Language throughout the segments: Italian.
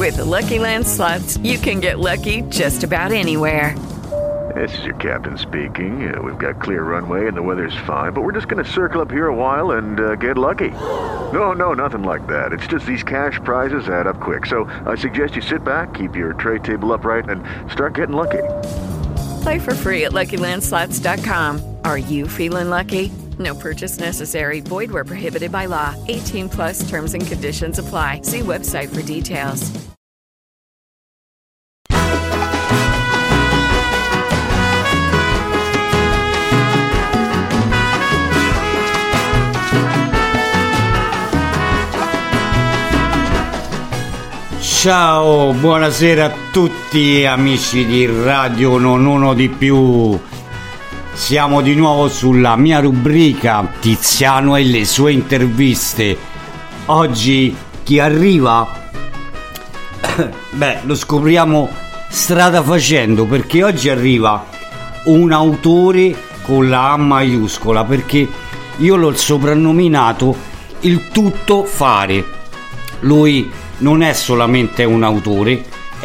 With the Lucky Land Slots, you can get lucky just about anywhere. This is your captain speaking. We've got clear runway and the weather's fine, but we're just going to circle up here a while and get lucky. No, nothing like that. It's just these cash prizes add up quick. So I suggest you sit back, keep your tray table upright, and start getting lucky. Play for free at LuckyLandSlots.com. Are you feeling lucky? No purchase necessary. Void where prohibited by law. 18 plus terms and conditions apply. See website for details. Ciao, buonasera a tutti amici di Radio Non Uno di Più. Siamo di nuovo sulla mia rubrica Tiziano e le sue interviste. Oggi chi arriva? Beh, lo scopriamo strada facendo, perché oggi arriva un autore con la A maiuscola, perché io l'ho soprannominato il tutto fare. Lui non è solamente un autore,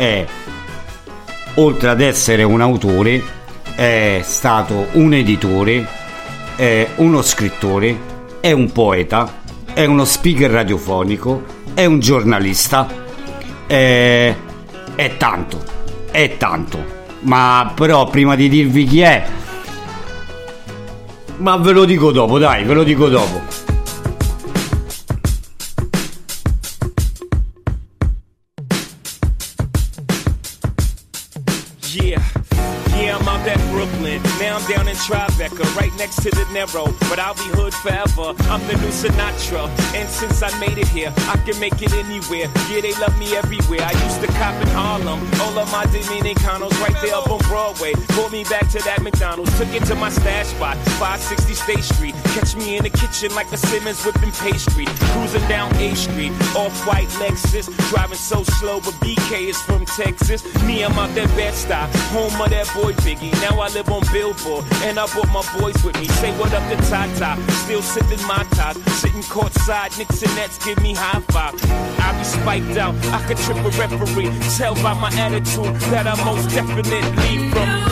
oltre ad essere un autore, è stato un editore, è uno scrittore, è un poeta, è uno speaker radiofonico, è un giornalista, è tanto. Ma però prima di dirvi chi è, ma ve lo dico dopo, dai, ve lo dico dopo. Now I'm down in Tribeca, right next to the Narrow, but I'll be hood forever. I'm the new Sinatra, and since I made it here, I can make it anywhere. Yeah, they love me everywhere. I used to cop in Harlem, all of my Dominicanos right there up on Broadway. Pulled me back to that McDonald's, took it to my stash spot, 560 State Street. Catch me in the kitchen like a Simmons whipping pastry. Cruising down A Street, off-white Lexus, driving so slow, but BK is from Texas. Me, I'm out that Bed-Stuy, home of that boy Biggie. Now I live on Billboard, and I brought my boys with me. Say what up to Tata, still sipping my top, sitting courtside, Knicks and Nets give me high five. I be spiked out, I could trip a referee. Tell by my attitude that I most definitely from.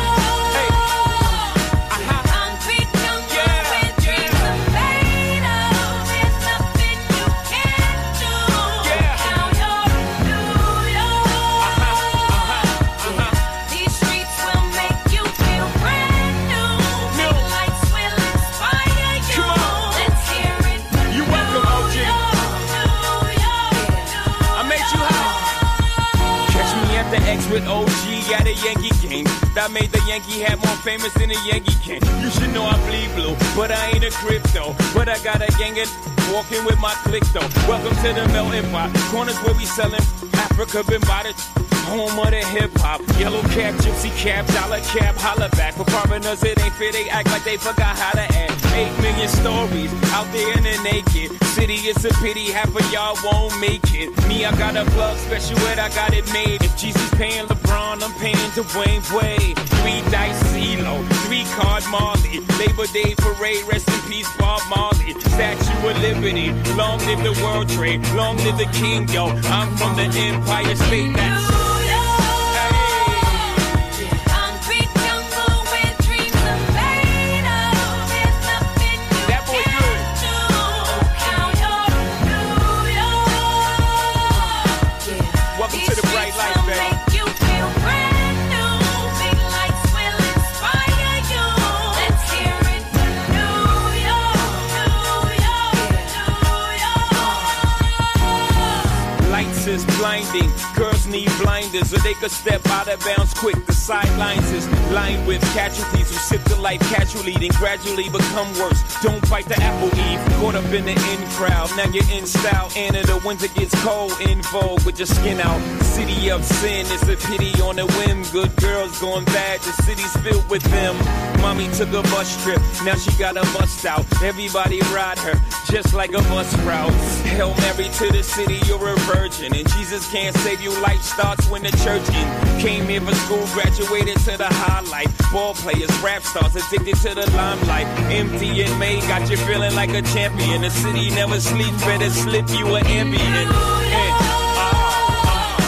With OG at a Yankee game that made the Yankee hat more famous than a Yankee can. You should know I bleed blue, but I ain't a crypto. But I got a gang of walking with my click though. Welcome to the melting pot, corners where we sellin' Africa been by the home of the hip hop. Yellow cap, gypsy cap, dollar cap, holla back. For foreigners it ain't fair, they act like they forgot how to act. 8 million stories out there in the naked city. It's a pity half of y'all won't make it. Me, I got a plug special ed, I got it made. If Jesus paying LeBron, I'm paying Dwayne Wade. 3 dice CeeLo, 3 card Marley. Labor Day parade, rest in peace Bob Marley. Statue of Liberty, long live the World Trade, long live the King, yo. I'm from the Empire State, that's blinding. Girls need blinders so they could step out of bounds quick. The sidelines is lined with casualties who sip the life casually, then gradually become worse. Don't bite the apple, Eve. Caught up in the in crowd. Now you're in style, and in the winter gets cold. In vogue with your skin out. City of sin, it's a pity on a whim. Good girls going bad, the city's filled with them. Mommy took a bus trip, now she got a bust out. Everybody ride her, just like a bus route. Hail Mary to the city, you're a virgin. And Jesus can't save you, life starts when the church in. Came here for school, graduated to the highlight. Ball players, rap stars, addicted to the limelight. Empty and May got you feeling like a champion. The city never sleeps, better slip you an Ambien.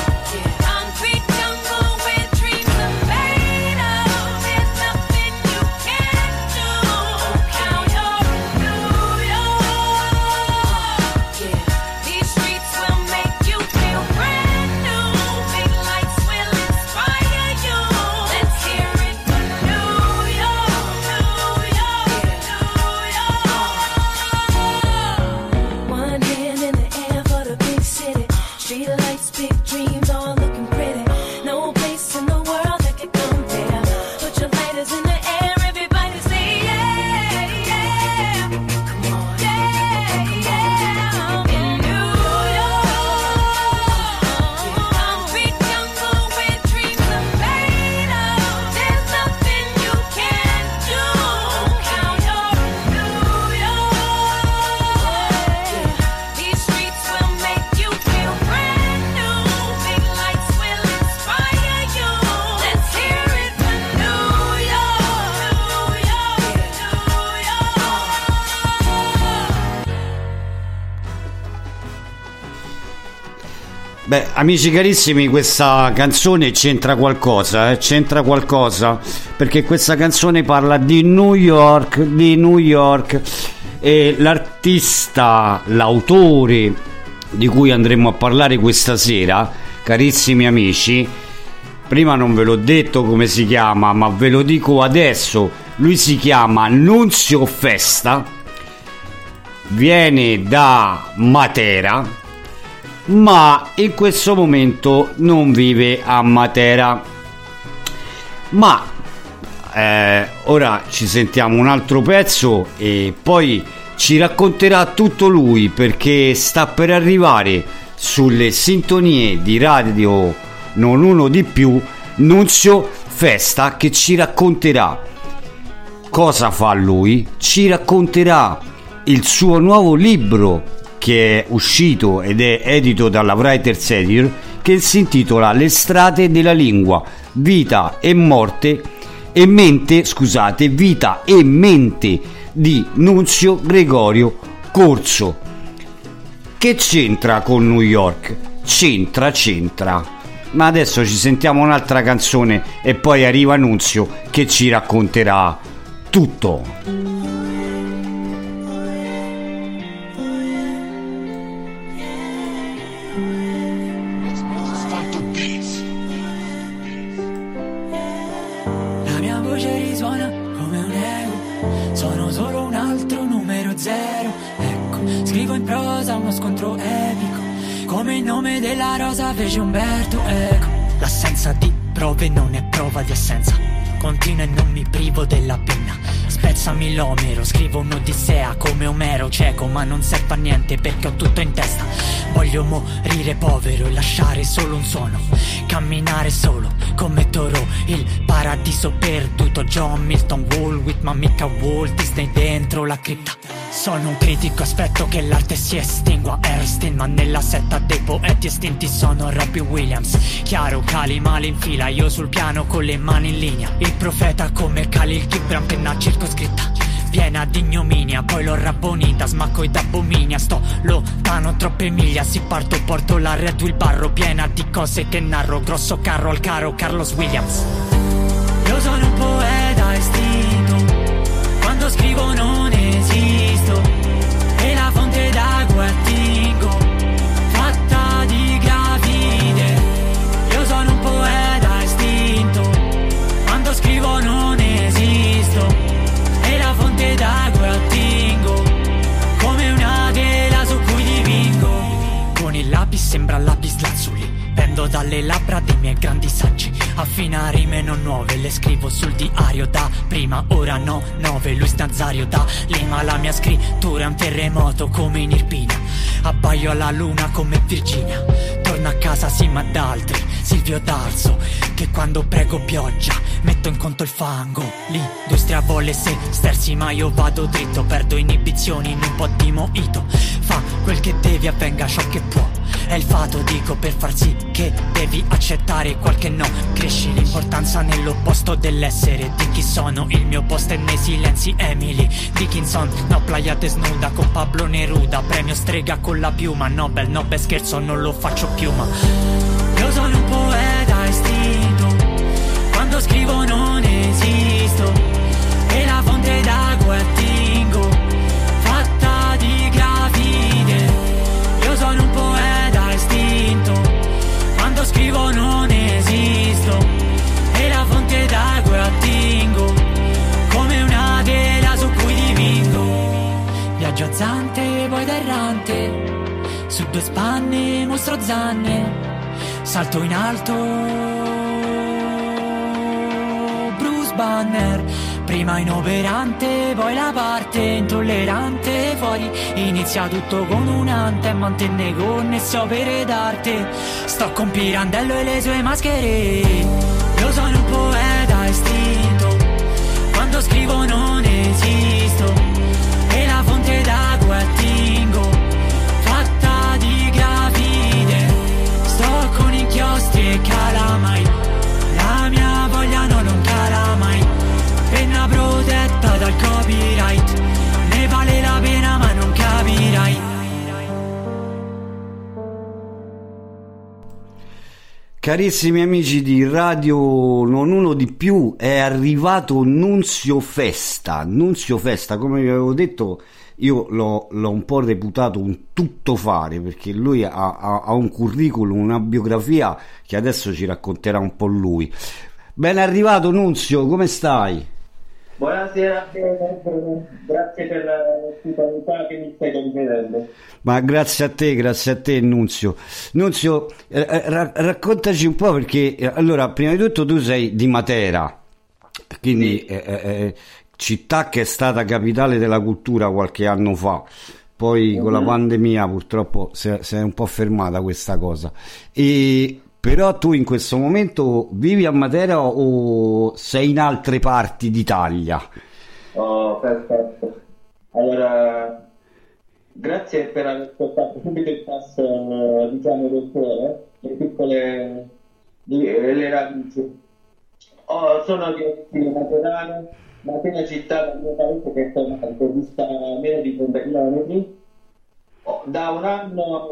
Beh, amici carissimi, questa canzone c'entra qualcosa, perché questa canzone parla di New York, e l'artista, l'autore di cui andremo a parlare questa sera, carissimi amici, prima non ve l'ho detto come si chiama, ma ve lo dico adesso, lui si chiama Nunzio Festa, viene da Matera, ma in questo momento non vive a Matera. Ma ora ci sentiamo un altro pezzo e poi ci racconterà tutto lui, perché sta per arrivare sulle sintonie di Radio Non Uno di Più Nunzio Festa, che ci racconterà cosa fa lui, ci racconterà il suo nuovo libro che è uscito ed è edito dalla Writers Editor, che si intitola Le strade della lingua, vita e mente di Nunzio Gregorio Corso. Che c'entra con New York? C'entra. Ma adesso ci sentiamo un'altra canzone e poi arriva Nunzio che ci racconterà tutto. Fece Umberto Eco. L'assenza di prove non è prova di assenza. Continuo e non mi privo della penna. Spezzami l'omero, scrivo un'odissea come Omero, cieco ma non serve a niente perché ho tutto in testa. Voglio morire povero e lasciare solo un suono, camminare solo come Toro, il paradiso perduto. John Milton Woolwich, ma mica Walt Disney dentro la cripta. Sono un critico, aspetto che l'arte si estingua. Erskine, ma nella setta dei poeti estinti sono Robbie Williams. Chiaro, Calimale in fila, io sul piano con le mani in linea. Il profeta come Khalil Gibran, penna circoscritta, piena di ignominia, poi l'ho rabbonita, smacco ed abominia. Sto lontano troppe miglia, si parto, porto la Red Bull barro, piena di cose che narro, grosso carro al caro Carlos Williams. Io sono un poeta estinto, quando scrivo non esisto, e la fonte d'acqua attingo, fatta di grafite. Io sono un poeta estinto, quando scrivo non esisto, e la fonte d'acqua attingo, come una tela su cui dipingo. Con il lapis sembra lapis lazzuli, pendo dalle labbra dei miei grandi saggi. Affina rime non nuove, le scrivo sul diario da prima, ora no, 9. Luis Nazario da Lima, la mia scrittura è un terremoto come in Irpina. Abbaio alla luna come Virginia, torno a casa sì ma d'altri, Silvio D'Arzo, che quando prego pioggia metto in conto il fango. L'industria vuole se stersi ma io vado dritto, perdo inibizioni in un po' di mojito. Fa quel che devi, avvenga ciò che può, è il fato dico per far sì che devi accettare qualche no. Cresci l'importanza nell'opposto dell'essere di chi sono, il mio posto è nei silenzi. Emily Dickinson, no playa desnuda con Pablo Neruda, premio strega con la piuma, Nobel, no beh scherzo non lo faccio più ma io sono un poeta estinto, quando scrivo non esisto, e la fonte d'acqua attingo, fatta di grafite. Io sono un poeta estinto, quando scrivo non esisto, e la fonte d'acqua attingo, come una tela su cui dipingo. Viaggio a zante, poi da errante, su due spanne mostro zanne, salto in alto, Bruce Banner, prima inoperante, poi la parte intollerante, fuori inizia tutto con un ante, mantenne connesse opere d'arte, sto con Pirandello e le sue maschere, io sono un poeta estinto, quando scrivo non esisto, e la fonte d'acqua attingo, fatta di grafite, sto con inchiostri e calamai, la mia voglia non cala mai, penna protetta dal copyright, ne vale la pena ma non capirai. Carissimi amici di Radio Non Uno di Più, è arrivato Nunzio Festa. Nunzio Festa, come vi avevo detto, io l'ho un po' reputato un tuttofare, perché lui ha un curriculum, una biografia che adesso ci racconterà un po' lui. Ben arrivato Nunzio, come stai? Buonasera, grazie per l'ospitalità che mi stai concedendo. Ma grazie a te Nunzio. Nunzio, raccontaci un po', perché allora, prima di tutto tu sei di Matera, quindi sì. Città che è stata capitale della cultura qualche anno fa, poi con la pandemia purtroppo si è un po' fermata questa cosa. Però tu in questo momento vivi a Matera o sei in altre parti d'Italia? Oh, perfetto. Allora, grazie per aver portato subito il passo, diciamo, del cuore, le piccole le radici. Sono di origine materana, Matera città del mio paese che è dista meno di 30 km. Da un anno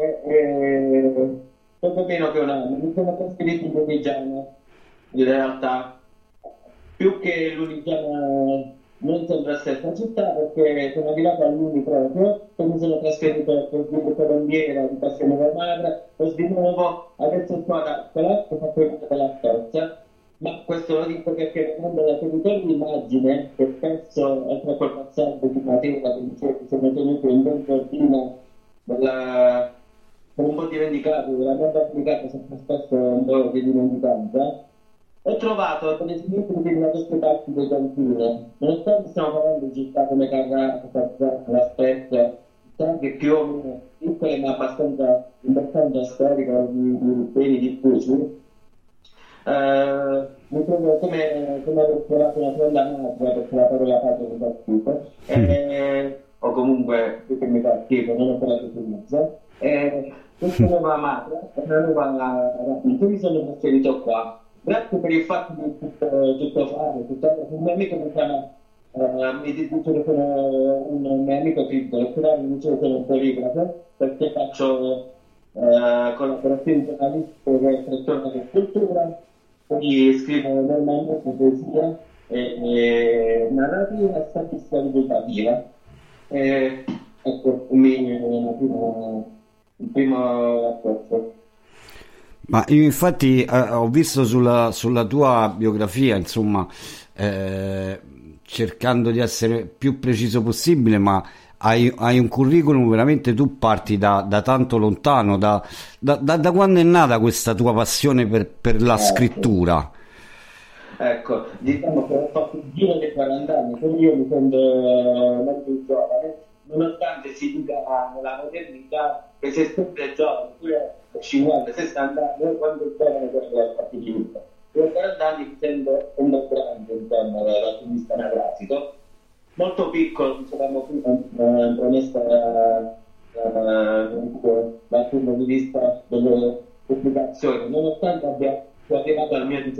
poco meno che un anno, mi sono trasferito in Lunigiana, in realtà, più che Lunigiana non sembra stessa città, perché sono arrivato a Luni proprio, poi mi sono trasferito per Vibo Colombiera, di Castelnuovo Magra, poi di nuovo, adesso sono a Naccola, che fa quello della Stozza, ma questo lo dico perché venendo da territorio di immagine, che spesso, oltre a quel passaggio di Matera, che dicevo, sono tenuto in ben ordine della... un po' dimenticato, della grande applicata, sempre spesso un po' di dimenticanza, ho trovato per esempio da queste parti dei confini, nonostante stiamo parlando di città come Carrara, Cazzano, La Spezia, che più o meno piccole ma abbastanza importanza storica di beni diffusi, mi trovo come aver trovato una seconda madre, perché la parola patria mi fa schifo, o comunque che mi fa schifo, non ho parlato più mezzo. Questa nuova madre, una nuova rapina, mi sono trasferito qua. Grazie per il fatto di tutto fare, un mio amico mi chiama, mi dice che sono un mio amico piccolo, però mi dice che sono un poligrafo, perché faccio collaborazioni giornalistiche e persone di cultura, poi scrivo normalmente poesia e narrativa e statistica divulgativa. Ecco, il primo rapporto. Ma io infatti ho visto sulla tua biografia, insomma, cercando di essere più preciso possibile, ma hai un curriculum, veramente tu parti da tanto lontano, da quando è nata questa tua passione per la scrittura? Ecco, diciamo che ho fatto il giro dei 40 anni, quindi io mi sento molto giovane, nonostante si dica nella modernità che sei sempre giovane, pure 50-60 anni, quando il giovane per la fatica. Io a 40 anni mi sento un po' grande, insomma, dal punto di vista anagrafico, molto piccolo, dicevamo prima, promessa dal punto di vista delle pubblicazioni, nonostante abbia arrivato al mio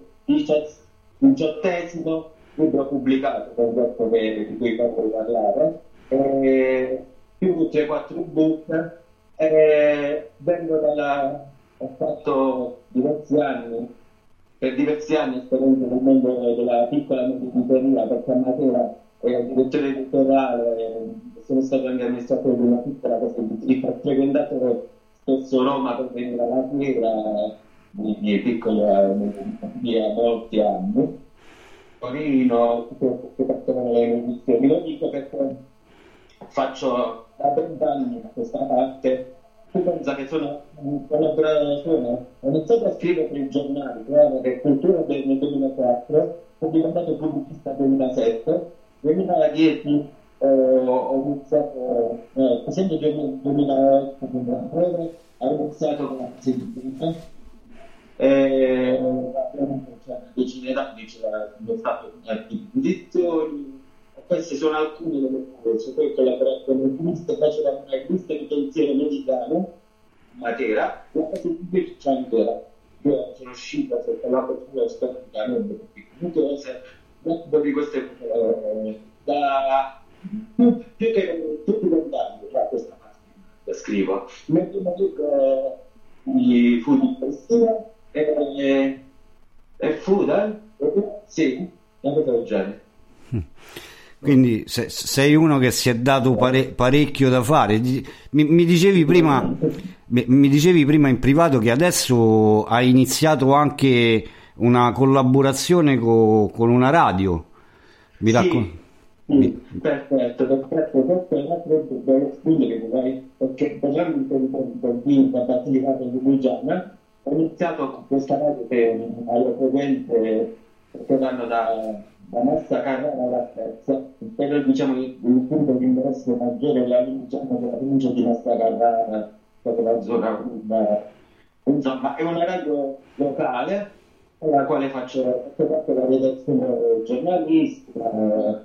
18esimo libro pubblicato, per questo di cui posso parlare, più 3-4 book, vengo ho fatto per diversi anni esperienza nel mondo della piccola editoria, perché a Matera direttore editoriale, sono stato anche amministratore di una piccola casa editrice, ho frequentato spesso Roma per venire alla fiera di piccola via molti anni, Torino, che facevano le edizioni. Lo dico perché faccio da 20 anni a questa parte tu pensa che sono un collaboratore, ho iniziato a scrivere per i giornali, guarda che Cultura nel 2004, sono diventato pubblicista nel 2007, 2010 ho iniziato, esempio 2008-2009, ho iniziato con la Presidente, abbiamo una decina d'anni, ho fatto altre posizioni, queste sono alcune delle cose. Poi ho collaborato con un giurista, facevamo una giurista di pensiero mexicano, Matera, la cosa di cui c'è ancora. Io sono uscita sotto la cultura storicamente, perché comunque dopo queste più che tutti i vent'anni da questa parte la scrivo. Il mio primo libro fu di poesia e fu sì, una cosa del genere. Quindi sei uno che si è dato parecchio da fare. Mi dicevi prima in privato che adesso hai iniziato anche una collaborazione con una radio. Mi racconti? Perfetto, questo è un altro bello studio che vorrei, perché parlando di la Basilicata di Lugana, ho iniziato con questa radio che alla presente, perché vanno da Massa Carrara alla Terza, però diciamo il punto di ingresso maggiore è la provincia di Massa Carrara, proprio la zona insomma è una radio locale con la quale faccio parte la redazione giornalistica,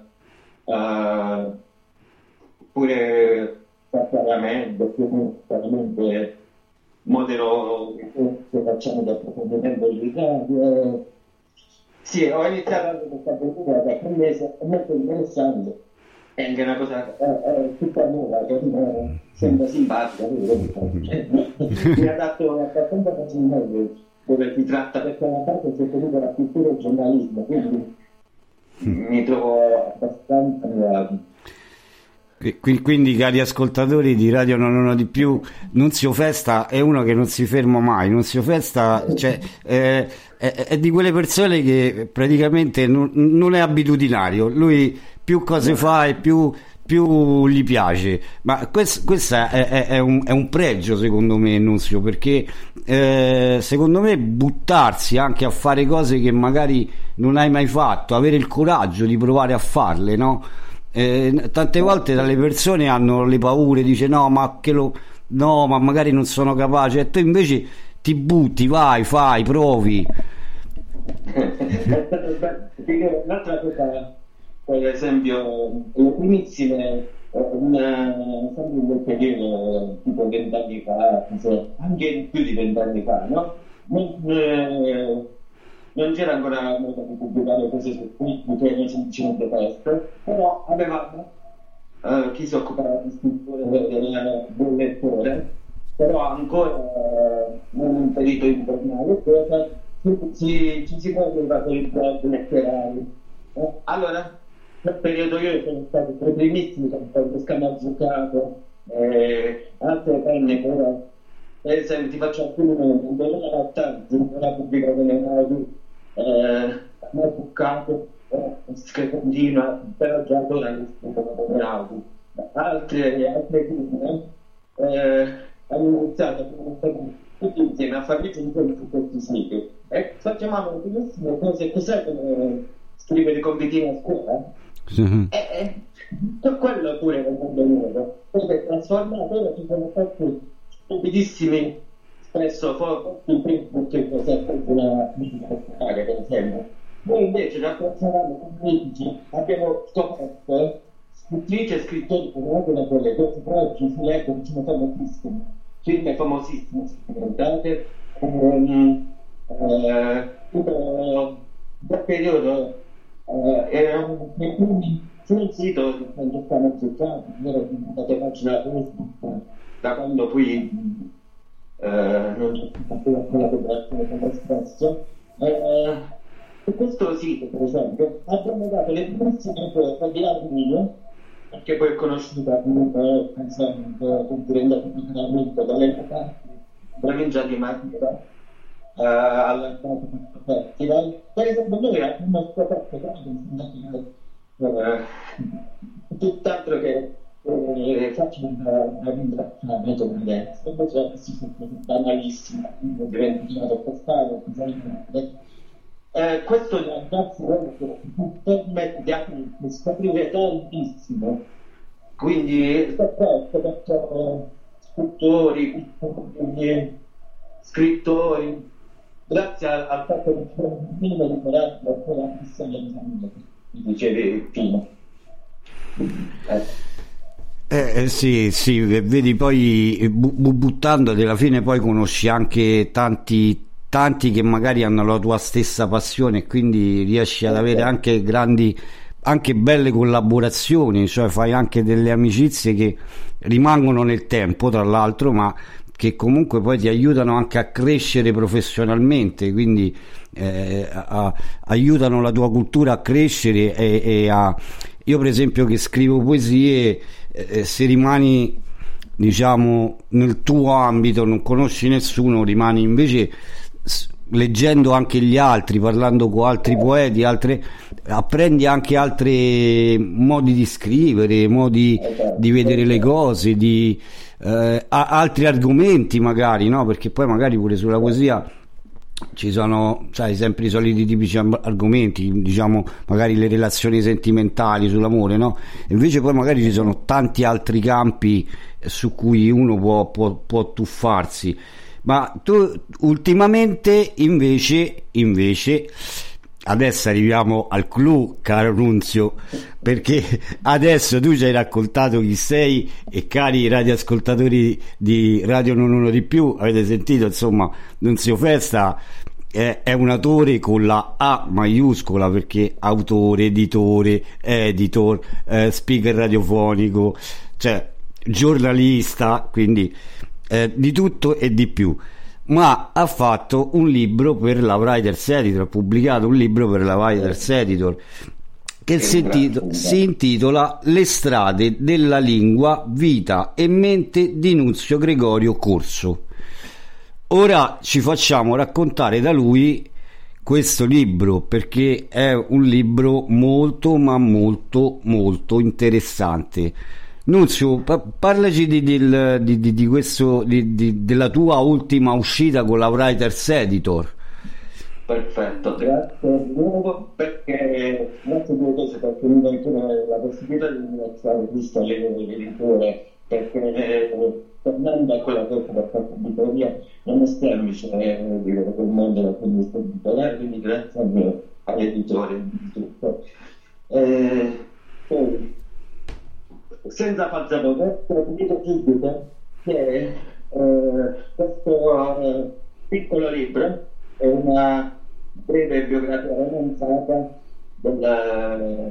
oppure veramente modero che facciamo da approfondimento di radio. Sì, ho iniziato questa avventura da 3 mesi, è molto interessante, è anche una cosa tutta nuova, che sembra simpatica, mi adatto abbastanza facilmente dove si tratta, perché una parte c'è comunque la cultura e il giornalismo, quindi mi trovo abbastanza nuovo. Quindi, cari ascoltatori di Radio Non di più, Nunzio Festa è uno che non si ferma mai. Nunzio Festa, cioè, è di quelle persone che praticamente non è abitudinario. Lui più cose fa e più gli piace. Ma questo è un pregio, secondo me, Nunzio, perché secondo me buttarsi anche a fare cose che magari non hai mai fatto, avere il coraggio di provare a farle, no? Tante volte dalle persone hanno le paure, dice no ma magari non sono capace, e tu invece ti butti, vai, fai, provi. Un'altra cosa, per esempio le primissime sempre in quel periodo tipo 20 anni fa, anche più di 20 anni fa, no? Non c'era ancora modo di pubblicare cose su Facebook, non semplicemente questo, però avevamo chi si occupava di scrittura del lettore, però ancora non inserito in giornale, ci si muoveva per il blog letterario. Allora, nel periodo io sono stato tra i primissimi, sono stato Scamazzucato, altre penne, però per esempio ti faccio alcuni nomi, in 2080 non ha pubblicato nelle radio, non ha buccato, che continua, però già ora mi scrivono come auto. Altre firme hanno iniziato tutti insieme a fare recensioni su questi siti e facciamo benissime cose. Cos'è come scrivere compitini a scuola? Per quello pure è un mondo nuovo, poi è trasformato. Ora ci sono stati stupidissimi spesso in Facebook, che cos'è una bibliotecaria per esempio. Noi invece rafforzavamo con critici, abbiamo scoperto scrittrici e scrittori come quelle cose che oggi si leggono, sono famosissime, firme famosissime diventate, tutto quel periodo erano nei primi sul sito che stanno cercando, date pagina Facebook, da quando poi non c'è stata più la collaborazione con l'Espresso. Su questo sito, per esempio, abbiamo dato le primissime cose di Arminio, perché poi è conosciuta comunque, pensando, diventato naturalmente dall'epoca provincia di Matera all'entrato festival. Per esempio noi abbiamo scoperto tutt'altro che faccio una ringraziamento perché si fa banalissimo, diventa postale, questo ragazzi permette di scoprire tantissimo, quindi faccio scultori, scrittori, grazie al fatto che c'è un film di coraggio per la missione di dicevi prima. Sì, sì, vedi poi buttandoti alla fine poi conosci anche tanti che magari hanno la tua stessa passione e quindi riesci ad avere anche anche belle collaborazioni, cioè fai anche delle amicizie che rimangono nel tempo, tra l'altro, ma che comunque poi ti aiutano anche a crescere professionalmente, quindi aiutano la tua cultura a crescere io per esempio che scrivo poesie, se rimani diciamo nel tuo ambito, non conosci nessuno, rimani invece leggendo anche gli altri, parlando con altri poeti, apprendi anche altri modi di scrivere, modi di vedere le cose, di altri argomenti magari, no? Perché poi magari pure sulla poesia ci sono, sai, sempre i soliti tipici argomenti, diciamo magari le relazioni sentimentali, sull'amore, no? Invece poi magari ci sono tanti altri campi su cui uno può tuffarsi. Ma tu ultimamente invece adesso arriviamo al clou, caro Nunzio, perché adesso tu ci hai raccontato chi sei e cari radioascoltatori di Radio Non Uno di Più, avete sentito, insomma, Nunzio Festa è un autore con la A maiuscola, perché autore, editore, editor, speaker radiofonico, cioè giornalista, quindi di tutto e di più. Ma ha fatto un libro per la Writers Editor, ha pubblicato un libro per la Writers Editor che si intitola Le strade della lingua, vita e mente di Nunzio Gregorio Corso. Ora ci facciamo raccontare da lui questo libro, perché è un libro molto ma molto molto interessante. Nunzio, parlaci di questo, della tua ultima uscita con la Writers Editor. Perfetto, grazie di nuovo, perché grazie a due cose, perché mi dai la possibilità di ringraziare questo l'editore, perché tornando a quella che ho fatto in editoria, non è semplice dire quel mondo da cui mi sto editoriale, quindi grazie all'editore di tutto. Poi, senza falsariare, ho detto subito che questo piccolo libro è una breve biografia romanzata della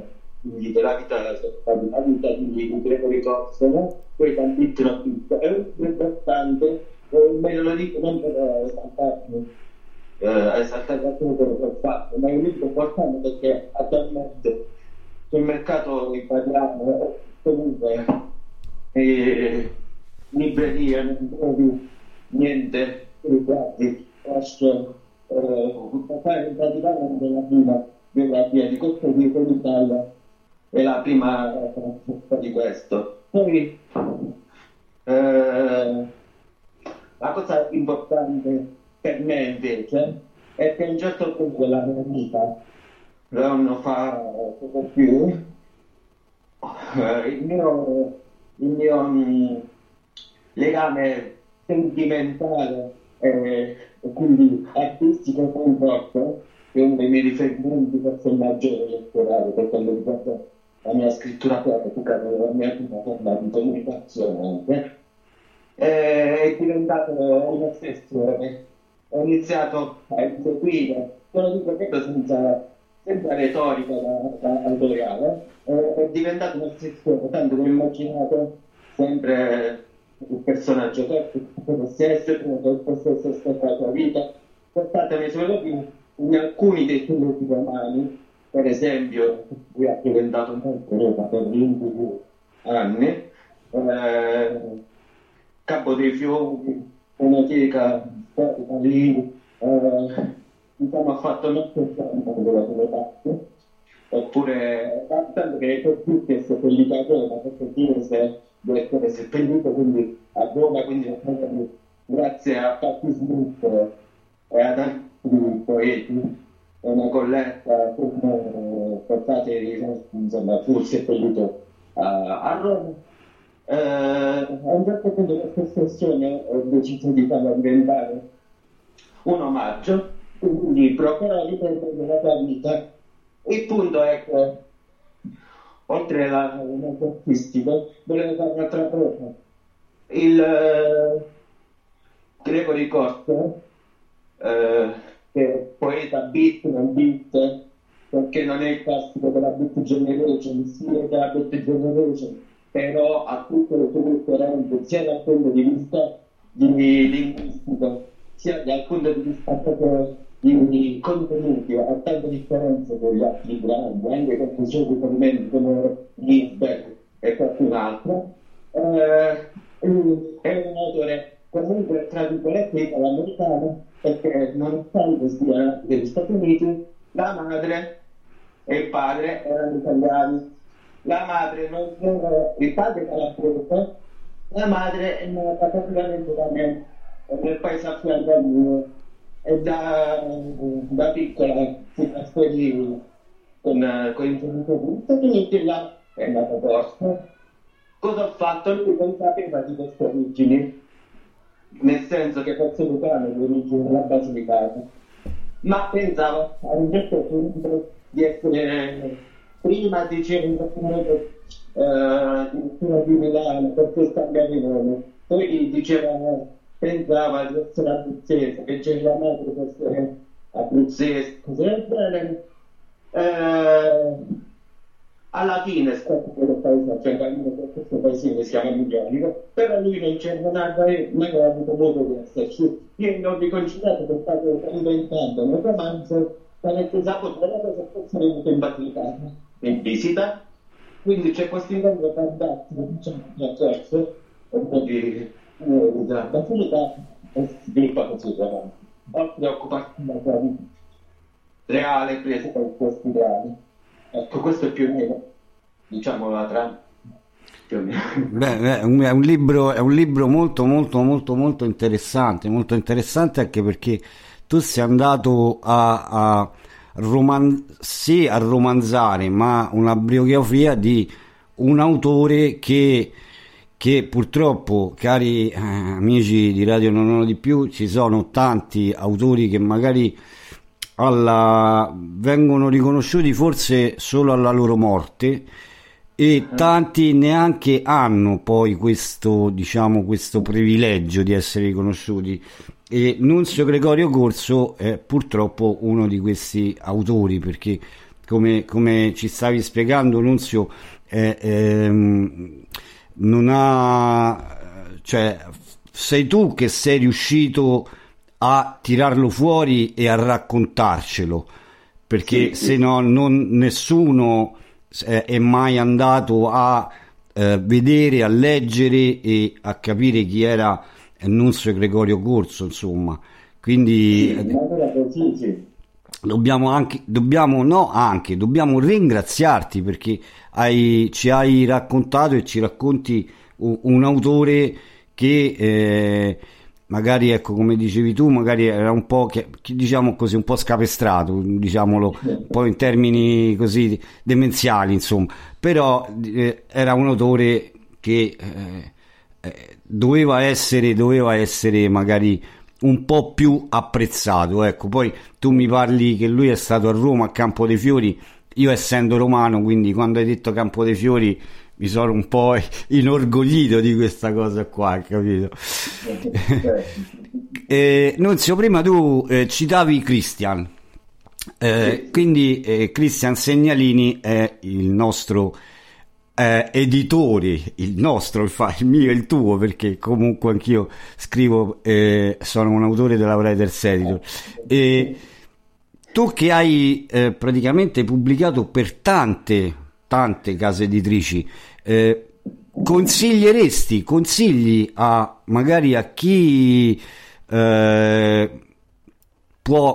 vita di Gregorio Corso, poi dal titolo tutto. È un libro importante, me lo dico non per esaltare quello che ho fatto, ma è un libro importante perché attualmente sul mercato italiano comunque libreria non trovi niente riguardi posso fare praticamente la prima biografia di questo libro in Italia è la prima di questo. Poi la cosa importante per me invece è che a un certo punto della mia vita, non fa poco più, il mio legame sentimentale e quindi artistico con Corso, che è uno dei miei riferimenti personaggiori letterari per quanto riguarda la mia scrittura poetica, la mia prima forma di comunicazione anche, è diventato una ossessione. Ho iniziato a eseguire, lo dico proprio senza retorica da autoriale, è diventato un'ossessione, tanto che ho immaginato sempre il personaggio che potesse essere, come potesse essere stata la tua vita. Portatemi solo in alcuni dei tuoi romani, per esempio, lui ha frequentato molto Roma per 20 anni, Campo dei Fiori, un'antica storica lì, diciamo ha fatto molto tempo della sua parte, oppure tanto che per tutti è seppellito, ma per dire se deve essere seppellito quindi a Roma, quindi grazie a Patti Smith e ad altri poeti una colletta portate, insomma, fu seppellito a Roma. A un certo punto questa espressione ho deciso di farla diventare un omaggio, quindi procurò riprendere la tua vita. Il punto è che oltre alla artistico volevo fare un'altra cosa. Il Gregory Corso, che è poeta beat, non beat, perché non è il classico della beat generation, sì è della beat generation, però ha tutte le sue differenze sia dal punto di vista linguistico sia dal punto di vista proprio di contenuti, ha tante differenze con gli altri grandi, anche con i suoi riferimenti come Ginsberg e qualcun altro. È un autore comunque tra virgolette italo-americano, perché nonostante sia degli Stati Uniti, la madre e il padre erano italiani. La madre non era, il padre era calabrese, la madre è nata praticamente da me, nel paese a fianco al mio, e da piccola si trasferì con i genitori negli Stati Uniti, là è nata Corso. Cosa ho fatto? Lui non sapeva di queste origini, nel senso che fosse lucano di origine della Basilicata, ma pensavo a un certo punto di essere prima diceva in qualche modo di Milano perché scambiava i nomi, poi diceva pensava di essere abruzzese, che c'è la madre per essere abruzzese, così del genere. Alla fine scopre che paese, cioè questo paesino si chiama Miglionico, però lui non aveva avuto modo di esserci. Io non ho riconciliato che stavo inventando nel romanzo, perché sabato la cosa fosse venuto in Basilicata in visita, quindi c'è questo incontro fantastico, diciamo, che ha corso un po' di Basilicata e si sviluppa così davanti. Ho preoccupato da sua vita reale presa per questi reali. Ecco, questo è più o meno, diciamo, la trama. Beh, è un libro molto interessante anche perché tu sei andato a romanzare, ma una biografia di un autore che purtroppo, cari amici di Radio Non Uno di Più, ci sono tanti autori che magari vengono riconosciuti forse solo alla loro morte, e tanti neanche hanno poi questo privilegio di essere riconosciuti, e Nunzio Gregorio Corso è purtroppo uno di questi autori, perché come ci stavi spiegando, Nunzio, non ha, cioè sei tu che sei riuscito a tirarlo fuori e a raccontarcelo, perché se no nessuno è mai andato a vedere, a leggere e a capire chi era Nunzio Gregorio Corso, insomma. Quindi dobbiamo ringraziarti, perché ci hai raccontato e ci racconti un autore che magari, ecco, come dicevi tu, magari era un po', diciamo così, un po' scapestrato, diciamolo un po' in termini così demenziali, insomma, però era un autore che doveva essere magari un po' più apprezzato, ecco. Poi tu mi parli che lui è stato a Roma, a Campo dei Fiori. Io, essendo romano, quindi quando hai detto Campo dei Fiori mi sono un po' inorgoglito di questa cosa qua, capito? Nunzio, prima tu citavi Christian, quindi Christian Segnalini è il nostro editore, il mio e il tuo, perché comunque anch'io scrivo, sono un autore della Writers Editor, e tu che hai praticamente pubblicato per tante case editrici, consigli magari a chi può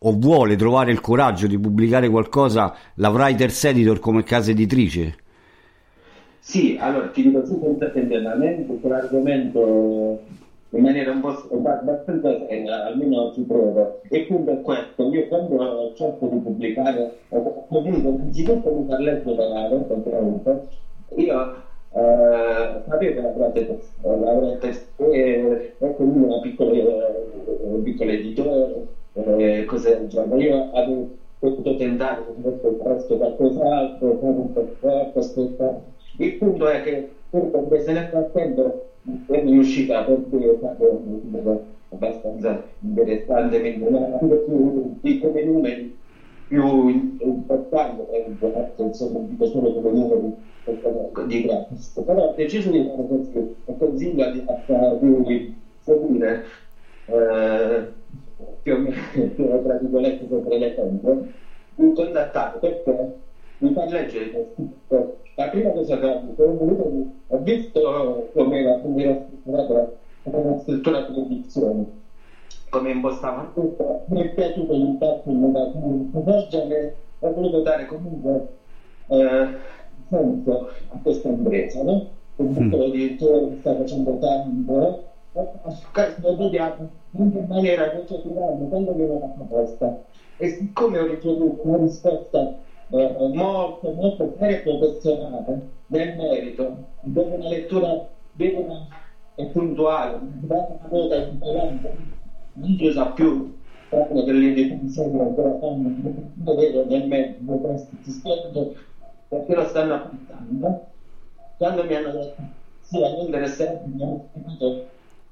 o vuole trovare il coraggio di pubblicare qualcosa, la Writers Editor come casa editrice? Sì, allora ti dico su senza tentennamento quell'argomento in maniera un po' abbastanza seria, almeno ci provo. E il punto è questo, io quando cerco di pubblicare, o comunque innanzitutto mi fa leggere la vostra pronto, io sapevo che la è come una piccola editore, cose del genere. Io avevo potuto tentare con questo qualcos'altro, fare un po' troppo, aspettare. Il punto è che se nel frattempo è riuscita perché è stato abbastanza interessante, anche più come numeri più importanti, insomma, dico solo come numeri di gratis. Però ho deciso di fare così e consiglio di seguire più o meno tra virgolette sempre le tempo, mi contattate perché mi fa leggere questo. La prima cosa che ho visto come era strutturata la struttura di edizione, come impostava tutto, mi è piaciuto l'impatto negativo, ho voluto dare comunque senso a questa impresa, no? Un piccolo direttore che sta facendo tanto, ho studiato in maniera che ci arrivando quando viene una proposta, e siccome ho ricevuto una risposta molto seria e professionale nel merito, dove una lettura vera e puntuale, una nota importante, non si usa più proprio per l'indifferenza ancora fanno vedere nel merito, questo ti spiego perché lo stanno appuntando. Quando mi hanno detto sì, a me interessante, mi hanno spiegato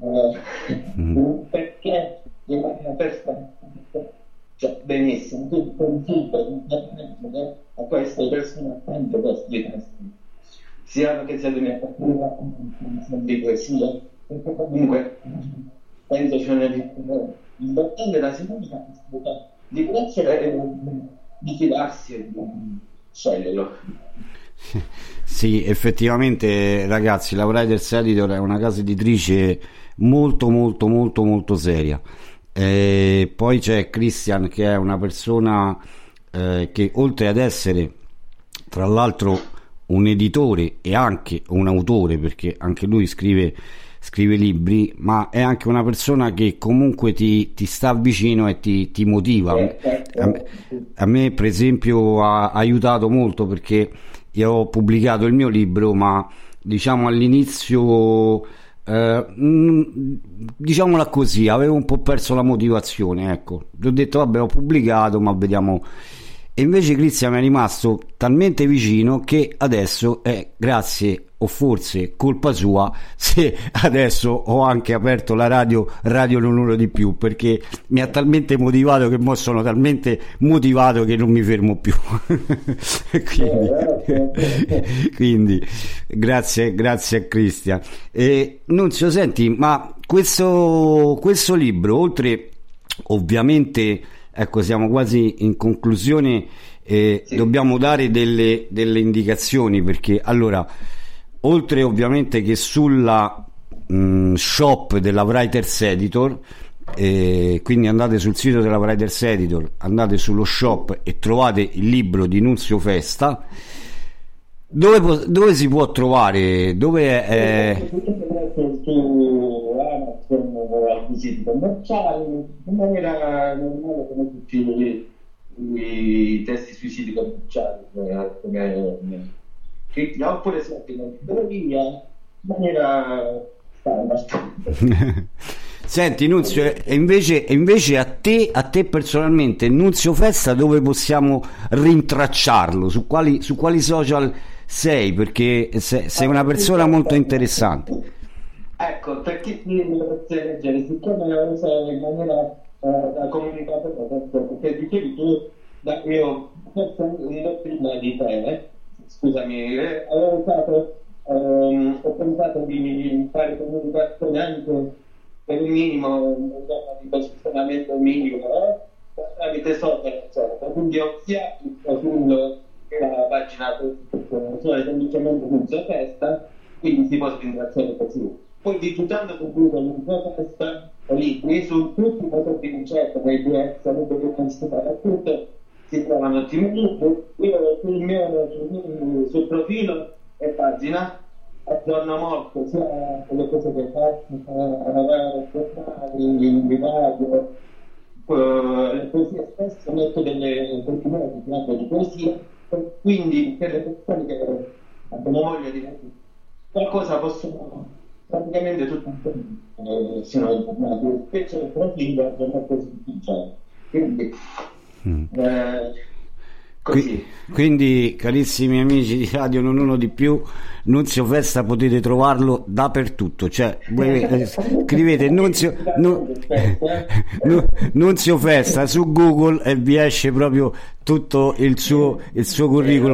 perché in maniera perfetta, cioè benissimo, tu consulta a queste persone attente questi testi, sia che sia di mia cultura di poesia, perché comunque penso c'è una importante la significa di conoscere e di fidarsi e di sceglierlo. Sì, effettivamente ragazzi, la Writers Editor è una casa editrice molto seria. Poi c'è Christian, che è una persona che oltre ad essere tra l'altro un editore e anche un autore, perché anche lui scrive libri, ma è anche una persona che comunque ti sta vicino e ti motiva. A me per esempio ha aiutato molto, perché io ho pubblicato il mio libro, ma diciamo all'inizio diciamola così, avevo un po' perso la motivazione, ecco. Gli ho detto vabbè, ho pubblicato, ma vediamo. E invece Cristian mi è rimasto talmente vicino che adesso è grazie, o forse colpa sua, se adesso ho anche aperto la radio non uno di più, perché mi ha talmente motivato che mo sono talmente motivato che non mi fermo più. quindi grazie a Cristian. E Nunzio, senti, ma questo libro, oltre ovviamente, ecco, siamo quasi in conclusione, sì. Dobbiamo dare delle indicazioni, perché allora, oltre ovviamente che sulla shop della Writers Editor, quindi andate sul sito della Writers Editor, andate sullo shop e trovate il libro di Nunzio Festa. Dove si può trovare? Dove è? Su Amazon o altri siti commerciali, in maniera normale come tutti i testi sui siti commerciali, oppure sempre in libreria, in maniera standard. Senti Nunzio, e invece a te personalmente, Nunzio Festa, dove possiamo rintracciarlo? Su quali social sei? Perché sei una persona molto interessante. Ecco, per chi mi potesse leggere, siccome lo so in maniera da comunicare, perché dicevi tu, io forse un po' prima di te, scusami, avevo usato, ho pensato di fare comunicazione anche per un minimo, di posizionamento minimo, tramite social, eccetera. Quindi ho sia il profilo che la pagina, cioè semplicemente Nunzio Festa, quindi si può ringraziare così. Poi digitando con Google Nunzio Festa libri su tutti i motori di ricerca, dai DX, a tutto, si trovano ottimi libri. Io sul profilo e pagina aggiorno molto sia le cose che faccio, in radio, le poesie spesso metto delle contenuti di poesia, quindi per le persone che abbiamo voglia di qualcosa possono praticamente tutto siano informati, specie il profilo non è così ufficiale. Quindi così. Quindi, carissimi amici di Radio Non Uno di Più, Nunzio Festa potete trovarlo dappertutto, cioè voi scrivete Nunzio Festa su Google e vi esce proprio tutto il suo curriculum.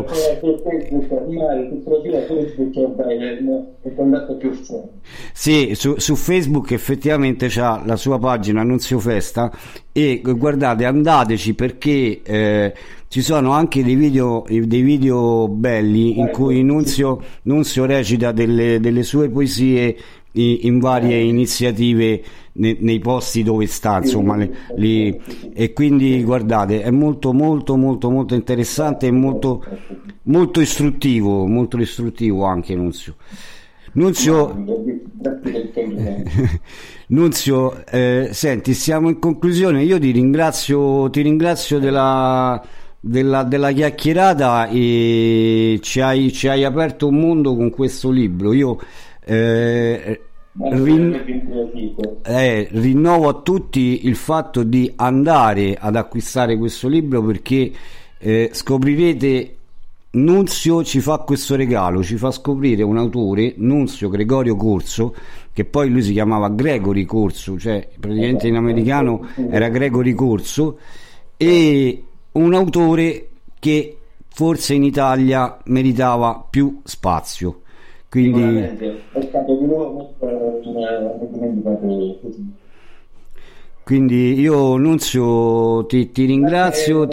Sì, su Facebook effettivamente c'ha la sua pagina Nunzio Festa, e guardate, andateci, perché ci sono anche dei video belli in cui Nunzio recita delle sue poesie in varie iniziative nei posti dove sta, insomma, e quindi guardate, è molto molto molto molto interessante e molto molto istruttivo anche Nunzio. Nunzio, senti, siamo in conclusione. Io ti ringrazio della chiacchierata, e ci hai aperto un mondo con questo libro. Io rinnovo a tutti il fatto di andare ad acquistare questo libro, perché scoprirete, Nunzio ci fa questo regalo, ci fa scoprire un autore, Nunzio Gregorio Corso, che poi lui si chiamava Gregory Corso, cioè praticamente in americano era Gregory Corso, e un autore che forse in Italia meritava più spazio. Quindi è stato di nuovo Quindi io, Nunzio, ti ringrazio.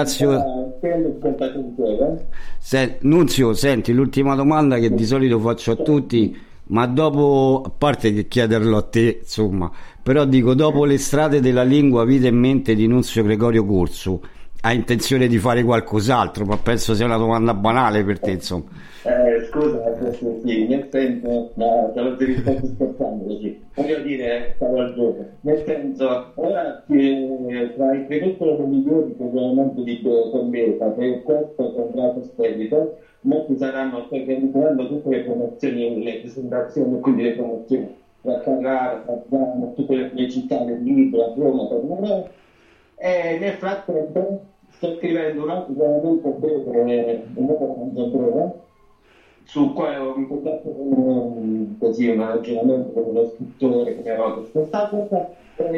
Nunzio, senti, l'ultima domanda che di solito faccio a tutti, ma dopo, a parte che chiederlo a te, insomma, però dico, dopo le strade della lingua, vita e mente di Nunzio Gregorio Corso, hai intenzione di fare qualcos'altro? Ma penso sia una domanda banale per te, insomma. Scusa, sì, nel senso, no, te lo devi stare scherzando così. Voglio dire, stavo al gioco. Nel senso, ora tra i produttori migliori che ovviamente di Combeta, per questo contratto spedito, molti saranno organizzando tutte le promozioni, le presentazioni, quindi le promozioni tra Carrara, Fazzano, tutte le città del libro, a Roma, Torino. E nel frattempo sto scrivendo un altro veramente breve, un nuovo su quale ho incontrato così un ragionamento con uno scrittore che mi aveva questa cosa,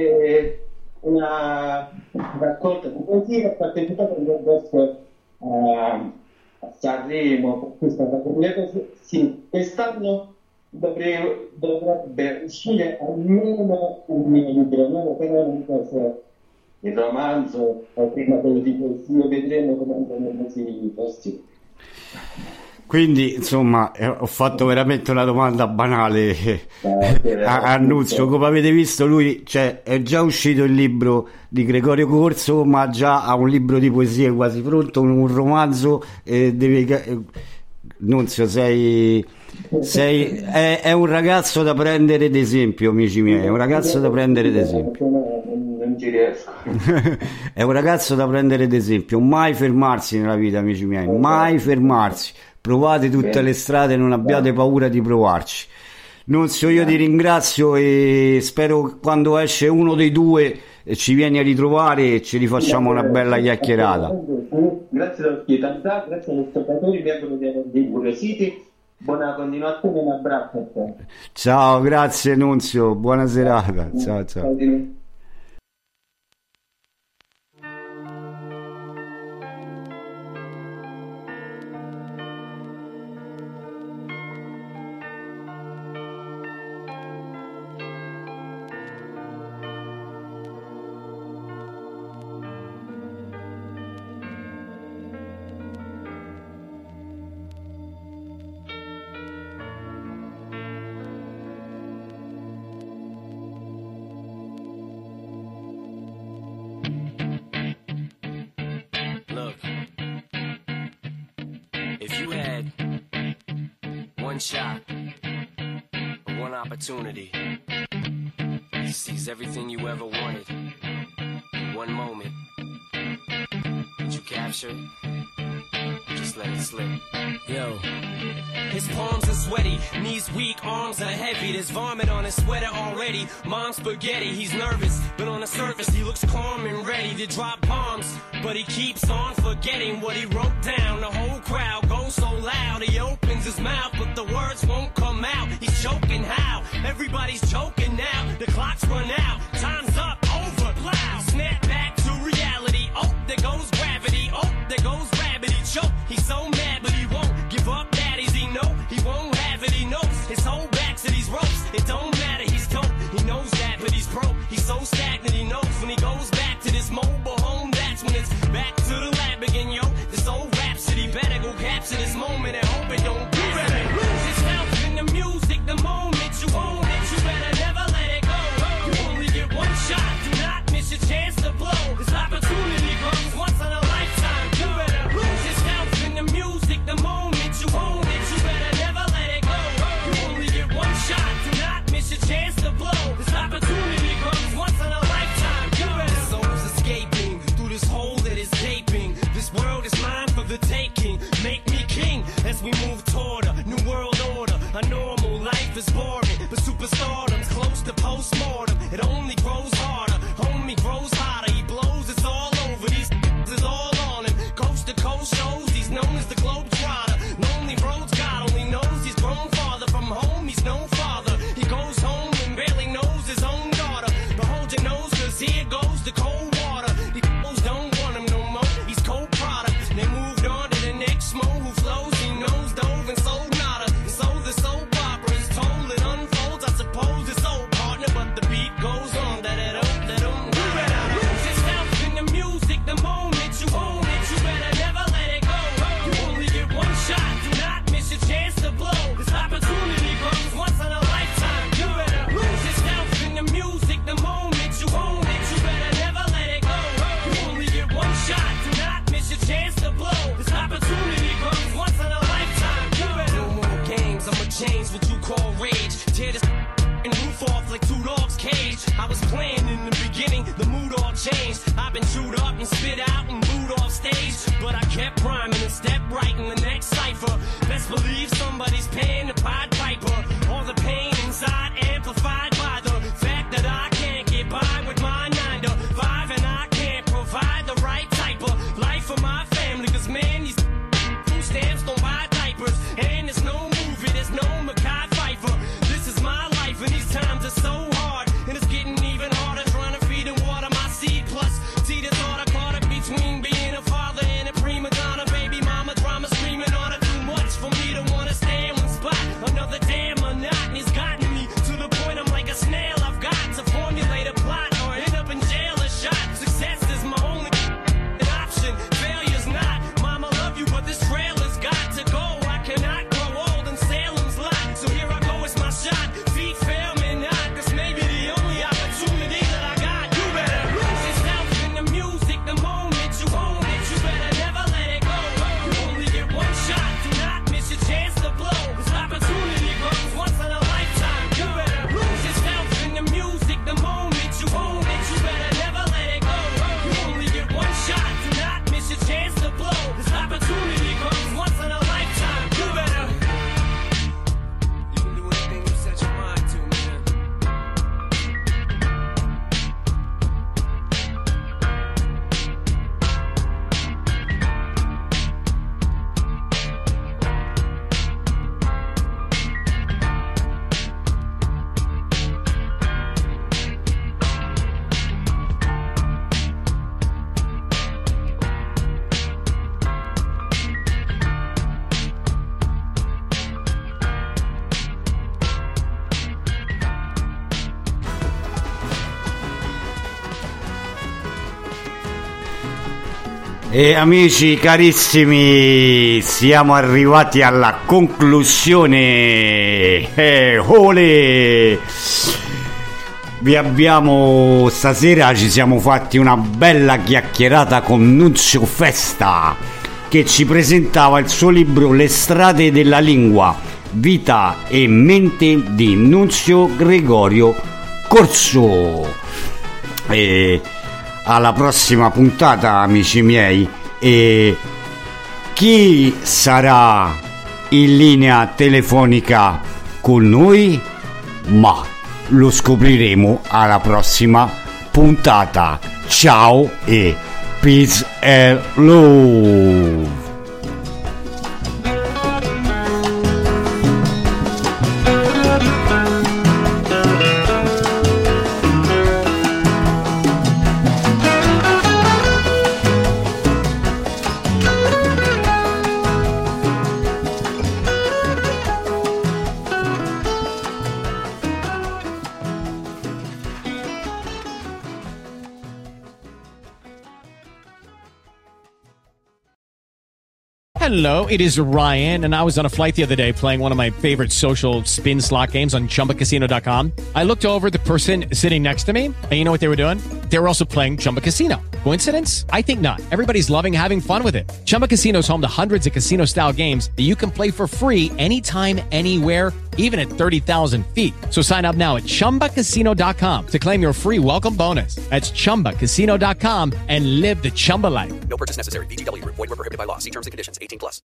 una raccolta di poesie. Ho partecipato al concorso a Sanremo per questa categoria. Sì, quest'anno dovrebbe uscire almeno un mio libro nuovo, però non so se il romanzo o prima quello di poesia, vedremo come andranno i posti. Quindi, insomma, ho fatto veramente una domanda banale a Nunzio. Come avete visto, lui, cioè, è già uscito il libro di Gregorio Corso, ma già ha un libro di poesie quasi pronto, un romanzo. Nunzio, è un ragazzo da prendere d'esempio, amici miei, è un ragazzo da prendere d'esempio. Non ci riesco. È un ragazzo da prendere d'esempio, mai fermarsi nella vita, amici miei, mai fermarsi. Provate tutte le strade, non abbiate paura di provarci. Nunzio, io ti ringrazio e spero quando esce uno dei due ci vieni a ritrovare e ci rifacciamo una bella chiacchierata. Grazie all'ospitalità, grazie agli ascoltatori, mi auguro di avervi incuriositi. Buona continuazione, un abbraccio a te. Ciao, grazie Nunzio, buona serata. Ciao. one shot, one opportunity to seize everything you ever wanted in one moment. Did you capture it? Just let it slip. Yo. His palms are sweaty, knees weak, arms are heavy. There's vomit on his sweater already. Mom's spaghetti, he's nervous, but on the surface he looks calm and ready to drop bombs. But he keeps on forgetting what he wrote down. The whole crowd goes so loud, he opens his mouth, but the words won't come out. He's choking how? Everybody's choking now. The clock's run out, time's up, over, plow. Snap back to reality. Oh, there goes gravity. Oh, there goes rabbit. He choke. He's so mad, but he won't give up. Daddies, he know he won't have it. He knows his whole back to these ropes. It don't matter. He's dope. He knows that, but he's broke. He's so stagnant. He knows when he goes back to this mobile home. That's when it's back to the lab again, yo. This old rhapsody better go capture this moment and hope it don't do it. Lose yourself in the music. The moment you own it, you better never let it go. You only get one shot. Do not miss your chance to blow. This opportunity comes once in a lifetime. You better lose yourself in the music. The moment you own it, you better never let it go. You only get one shot. Do not miss your chance to blow. This opportunity comes once in a lifetime. You better. Soul's escaping through this hole that is gaping. This world is mine for the taking. Make me king as we move toward a new world order. A normal life is boring, but superstardom's close to postmortem. It only grows harder. Homie grows hotter. He blows. It's all over. These is all on him. Coast to coast shows. He's known as the Globetrotter. Lonely roads. God only knows he's grown farther from home. He's no father. He goes home and barely knows his own daughter. But hold your nose, 'cause here goes the cold water. These fools don't want him no more. He's cold product. They moved on to the next mo who flows. He knows dove and sold nada. And so the soap opera is told. It unfolds. I suppose it's old partner, but the beat goes on. You better lose yourself in the music. The moment you own it, you better never let it go. You only get one shot. Do not miss your chance to blow. This opportunity comes once in a lifetime. You better lose yourself in the music. The moment you own it, you better never let it go. You only get one shot. Do not miss your chance to blow. This opportunity comes once in a lifetime. You better. No more games. I'ma change what you call rage. Tear this and roof off like two dogs' cage. I was playing in the beginning, the mood all changed. I've been chewed up and spit out and booed off stage, but I kept rhyming and stepped right in the next cipher. Best believe somebody's paying the Pied Piper. All the pain inside amplified by the fact that I can't get by with my 9 to 5, and I can't provide the right type of life for my family. 'Cause man, these food stamps don't buy diapers, and there's no movie, there's no Mackay Pfeiffer. This is my life, and these times are so hard, and it's getting even harder trying to feed and water my seed. Plus, see the thought I caught up between being a father and a prima donna. Baby mama drama screaming on it, too much for me to wanna stay in one spot. Another damn monotony's gotten me to the point I'm like a snail. I've got to formulate a plot or end up in jail or shot. Success is my only option. Failure's not. Mama love you, but this trailer's got to go. I cannot grow old in Salem's lot. So here I go, it's my shot. Feet fail me not. This may be the only opportunity that I got. You better lose yourself in the music. The moment you own it, you better never let it go. You only get one shot. Do not miss your chance to blow. This opportunity comes once in a lifetime. You better lose yourself in the music. The moment you own it, you better never let it go. You only get one shot. Do not miss your chance to blow. This opportunity comes once in a lifetime. You better. You can do anything you set your mind to, man. E amici carissimi, siamo arrivati alla conclusione. Olè! Vi abbiamo stasera, ci siamo fatti una bella chiacchierata con Nunzio Festa, che ci presentava il suo libro Le strade della lingua, vita e mente di Nunzio Gregorio Corso. E alla prossima puntata, amici miei. E chi sarà in linea telefonica con noi? Ma lo scopriremo alla prossima puntata. Ciao e peace and love. Hello, it is Ryan, and I was on a flight the other day playing one of my favorite social spin slot games on ChumbaCasino.com. I looked over at the person sitting next to me, and you know what they were doing? They were also playing Chumba Casino. Coincidence? I think not. Everybody's loving having fun with it. Chumba Casino is home to hundreds of casino-style games that you can play for free anytime, anywhere, even at 30,000 feet. So sign up now at ChumbaCasino.com to claim your free welcome bonus. That's ChumbaCasino.com and live the Chumba life. No purchase necessary. VGW. Void where prohibited by law. See terms and conditions. 18+.